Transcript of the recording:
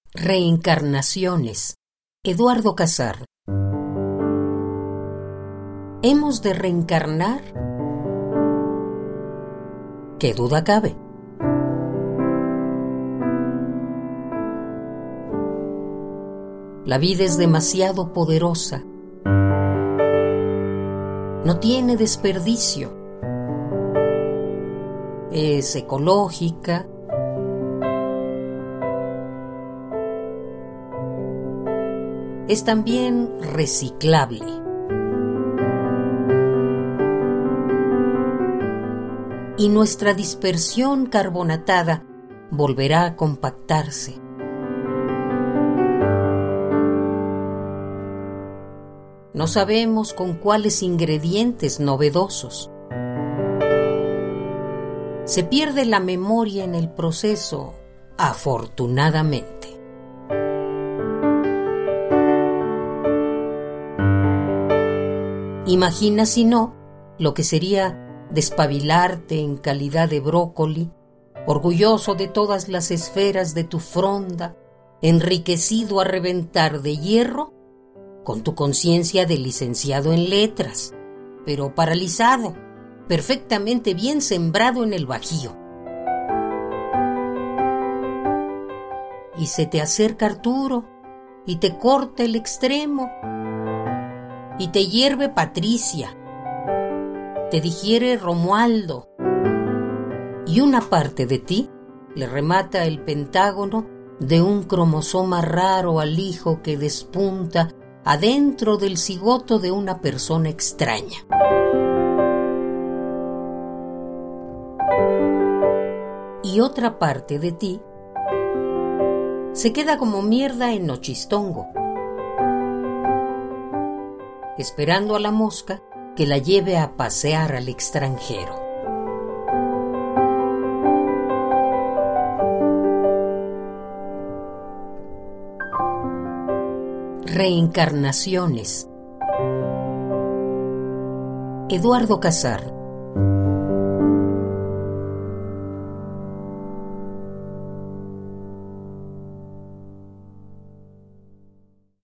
Reencarnaciones. Eduardo Casar. ¿Hemos de reencarnar? ¿Qué duda cabe? La vida es demasiado poderosa. No tiene desperdicio. Es ecológica. Es también reciclable. Y nuestra dispersión carbonatada volverá a compactarse. No sabemos con cuáles ingredientes novedosos. Se pierde la memoria en el proceso, afortunadamente. Imagina, si no, lo que sería despabilarte en calidad de brócoli, orgulloso de todas las esferas de tu fronda, enriquecido a reventar de hierro, con tu conciencia de licenciado en letras, pero paralizado, perfectamente bien sembrado en el Bajío. Y se te acerca Arturo y te corta el extremo, y te hierve Patricia, te digiere Romualdo, y una parte de ti le remata el pentágono de un cromosoma raro al hijo que despunta adentro del cigoto de una persona extraña. Y otra parte de ti se queda como mierda en Nochistongo, esperando a la mosca que la lleve a pasear al extranjero. Reencarnaciones. Eduardo Casar.